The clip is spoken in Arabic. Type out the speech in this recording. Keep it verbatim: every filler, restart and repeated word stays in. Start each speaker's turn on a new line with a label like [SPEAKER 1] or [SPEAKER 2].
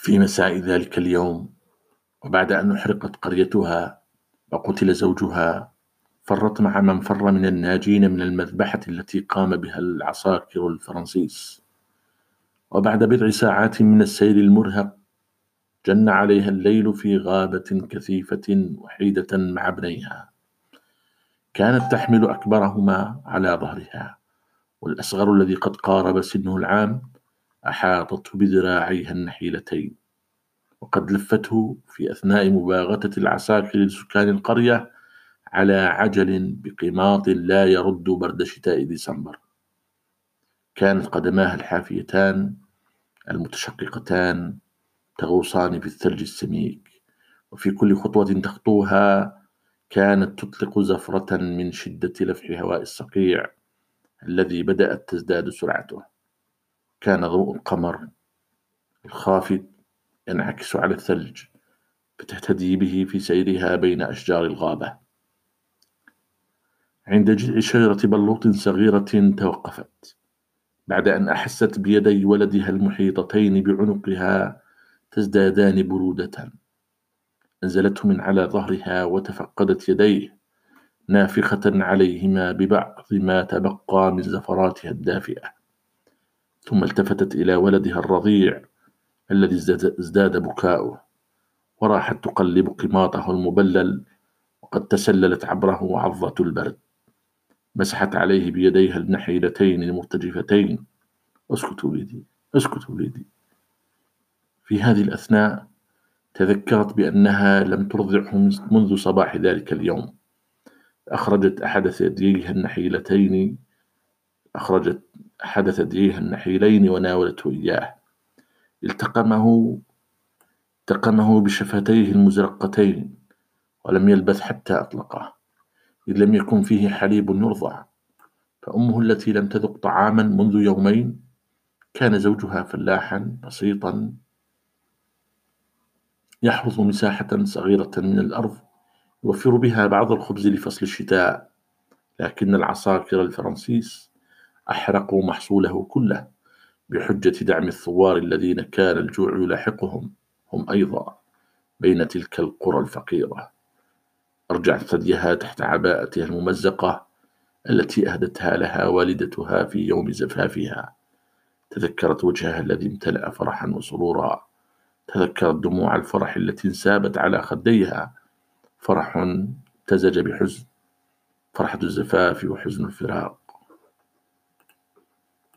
[SPEAKER 1] في مساء ذلك اليوم، وبعد أن أحرقت قريتها وقتل زوجها، فرت مع من فر من الناجين من المذبحة التي قام بها العساكر الفرنسيس. وبعد بضع ساعات من السير المرهق، جن عليها الليل في غابة كثيفة وحيدة مع ابنيها. كانت تحمل أكبرهما على ظهرها، والأصغر الذي قد قارب سنه العام أحاطته بذراعيها النحيلتين، وقد لفته في أثناء مباغتة العساكر لسكان القرية على عجل بقماط لا يرد برد شتاء ديسمبر. كانت قدماها الحافيتان المتشققتان تغوصان في الثلج السميك، وفي كل خطوة تخطوها كانت تطلق زفرة من شدة لفح هواء الصقيع الذي بدأت تزداد سرعته. كان ضوء القمر الخافت ينعكس على الثلج، فتهتدي به في سيرها بين أشجار الغابة. عند جذع شجرة بلوط صغيرة توقفت، بعد أن أحست بيدي ولدها المحيطتين بعنقها تزدادان برودة. أنزلته من على ظهرها وتفقدت يديه نافخة عليهما ببعض ما تبقى من زفراتها الدافئة، ثم التفتت إلى ولدها الرضيع الذي ازداد بكاؤه، وراحت تقلب قماطه المبلل وقد تسللت عبره عضة البرد. مسحت عليه بيديها النحيلتين المرتجفتين. اسكت وليدي، اسكت وليدي. في هذه الأثناء تذكرت بأنها لم ترضعه منذ صباح ذلك اليوم. أخرجت أحد ثدييها النحيلتين أخرجت أحد ثدييها النحيلين وناولته إياه. التقمه التقمه بشفتيه المزرقتين، ولم يلبث حتى أطلقه، إذ لم يكن فيه حليب يرضع. فأمه التي لم تذق طعاما منذ يومين، كان زوجها فلاحا بسيطا يحرث مساحة صغيرة من الأرض يوفر بها بعض الخبز لفصل الشتاء، لكن العساكر الفرنسيس أحرقوا محصوله كله بحجة دعم الثوار الذين كان الجوع يلاحقهم هم أيضا بين تلك القرى الفقيرة. أرجعت ثديها تحت عباءتها الممزقة التي أهدتها لها والدتها في يوم زفافها. تذكرت وجهها الذي امتلأ فرحا وسرورا، تذكرت دموع الفرح التي انسابت على خديها، فرح امتزج بحزن، فرحة الزفاف وحزن الفراق.